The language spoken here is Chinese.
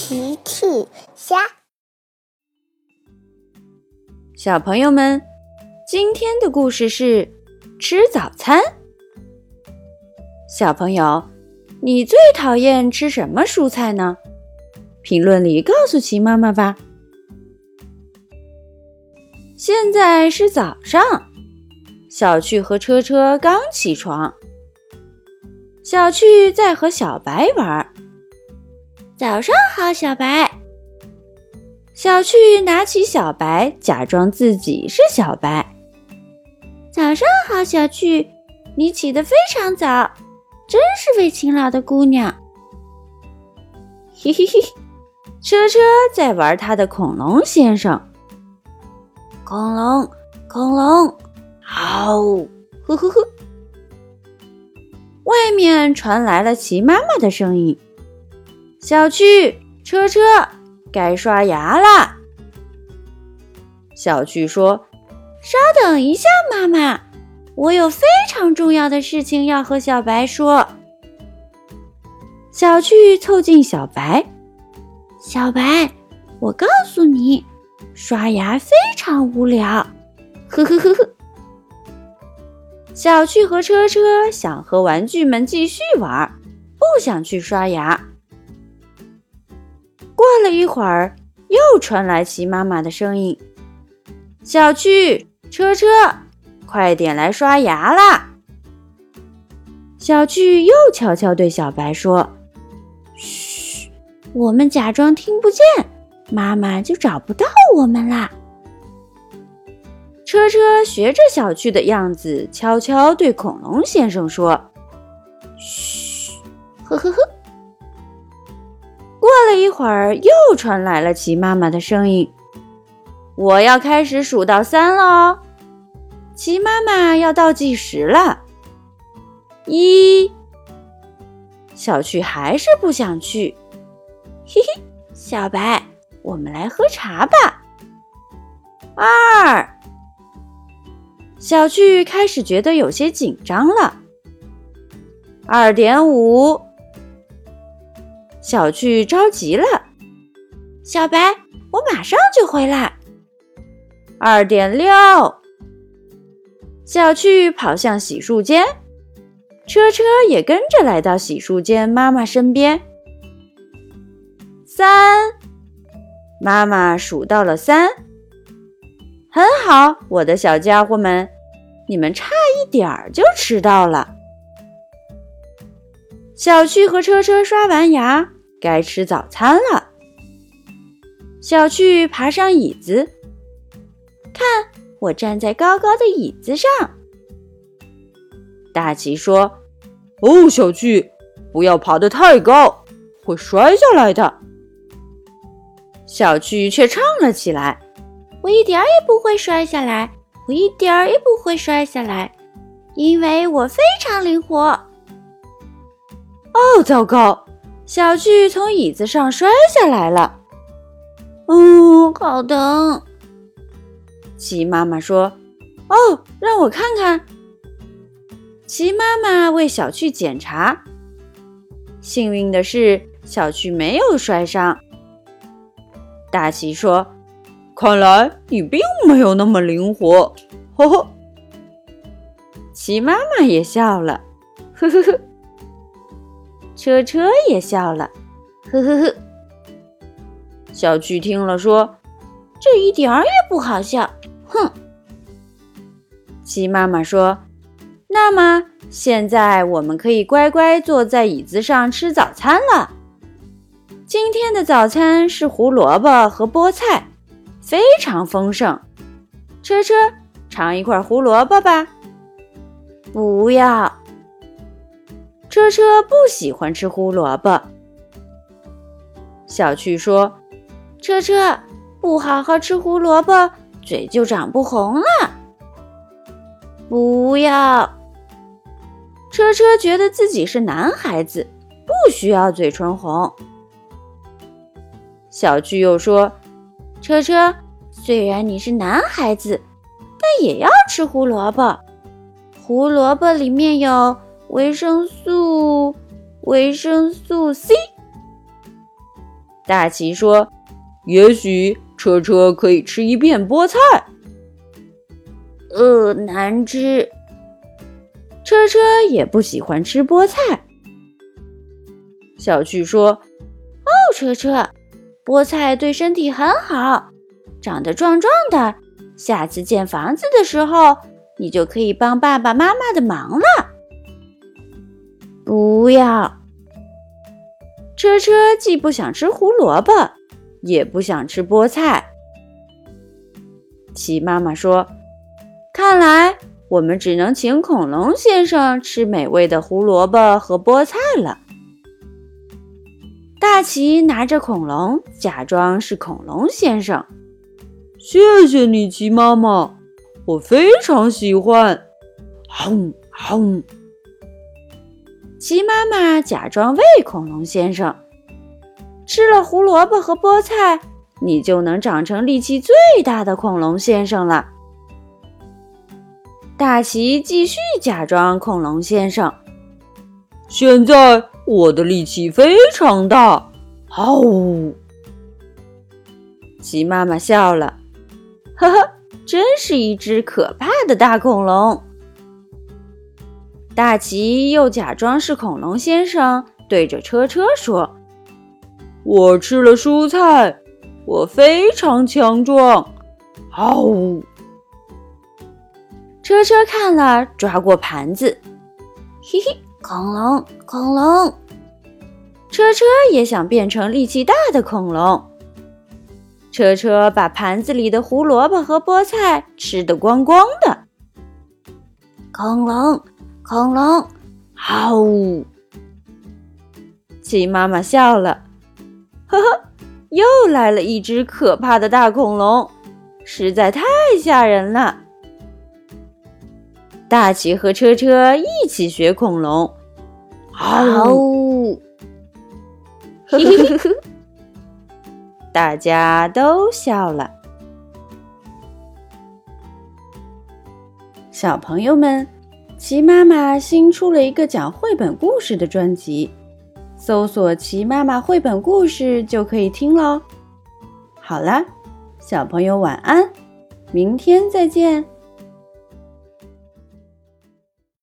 奇趣虾。 小朋友们，今天的故事是吃早餐。小朋友，你最讨厌吃什么蔬菜呢？评论里告诉奇妈妈吧。现在是早上，小趣和车车刚起床。小趣在和小白玩。早上好，小白。小趣拿起小白，假装自己是小白。早上好，小趣，你起得非常早，真是位勤劳的姑娘。嘿嘿嘿，车车在玩他的恐龙先生。恐龙，恐龙，嗷，呼呼呼。外面传来了齐妈妈的声音：小趣，车车，该刷牙啦。小趣说：稍等一下，妈妈，我有非常重要的事情要和小白说。小趣凑近小白：小白，我告诉你，刷牙非常无聊。呵呵呵呵。小趣和车车想和玩具们继续玩，不想去刷牙。过了一会儿，又传来齐妈妈的声音：小趣，车车，快点来刷牙啦。小趣又悄悄对小白说：嘘，我们假装听不见，妈妈就找不到我们啦。车车学着小趣的样子，悄悄对恐龙先生说：嘘，呵呵呵。过了一会儿，又传来了齐妈妈的声音：我要开始数到3了哦。齐妈妈要倒计时了。1，小趣还是不想去。嘿嘿，小白，我们来喝茶吧。2，小趣开始觉得有些紧张了。2.5，小趣着急了。小白，我马上就回来。2.6，小趣跑向洗漱间，车车也跟着来到洗漱间妈妈身边。3，妈妈数到了3。很好，我的小家伙们，你们差一点儿就迟到了。小趣和车车刷完牙，该吃早餐了。小趣爬上椅子，看，我站在高高的椅子上。大奇说：哦，小趣，不要爬得太高，会摔下来的。小趣却唱了起来：我一点儿也不会摔下来，我一点儿也不会摔下来，因为我非常灵活。哦，糟糕！小趣从椅子上摔下来了。好疼。齐妈妈说：哦，让我看看。齐妈妈为小趣检查。幸运的是，小趣没有摔伤。大奇说：看来你并没有那么灵活，呵呵。齐妈妈也笑了，呵呵呵。车车也笑了，呵呵呵。小趣听了说：这一点儿也不好笑，哼。齐妈妈说：那么现在我们可以乖乖坐在椅子上吃早餐了。今天的早餐是胡萝卜和菠菜，非常丰盛。车车，尝一块胡萝卜吧。不要。车车不喜欢吃胡萝卜。小趣说：车车，不好好吃胡萝卜，嘴就长不红了。不要。车车觉得自己是男孩子，不需要嘴唇红。小趣又说：车车，虽然你是男孩子，但也要吃胡萝卜。胡萝卜里面有维生素 C。 大奇说：“也许车车可以吃一片菠菜。”难吃。车车也不喜欢吃菠菜。小趣说：“哦，车车，菠菜对身体很好，长得壮壮的，下次建房子的时候，你就可以帮爸爸妈妈的忙了。”不要。车车既不想吃胡萝卜，也不想吃菠菜。奇妈妈说：“看来我们只能请恐龙先生吃美味的胡萝卜和菠菜了。”大奇拿着恐龙，假装是恐龙先生。“谢谢你，奇妈妈，我非常喜欢。”轰轰。奇妈妈假装喂恐龙先生，吃了胡萝卜和菠菜，你就能长成力气最大的恐龙先生了。大奇继续假装恐龙先生。“现在我的力气非常大。”嗷呜！奇妈妈笑了，呵呵，真是一只可怕的大恐龙。大奇又假装是恐龙先生，对着车车说：“我吃了蔬菜，我非常强壮。”嗷呜！车车看了，抓过盘子，嘿嘿，恐龙，恐龙！车车也想变成力气大的恐龙。车车把盘子里的胡萝卜和菠菜吃得光光的。恐龙，恐龙，嗷呜！奇妈妈笑了，呵呵，又来了一只可怕的大恐龙，实在太吓人了。大奇和车车一起学恐龙，嗷呜！嘿嘿嘿，大家都笑了。小朋友们，奇妈妈新出了一个讲绘本故事的专辑，搜索奇妈妈绘本故事就可以听咯。好啦，小朋友晚安，明天再见。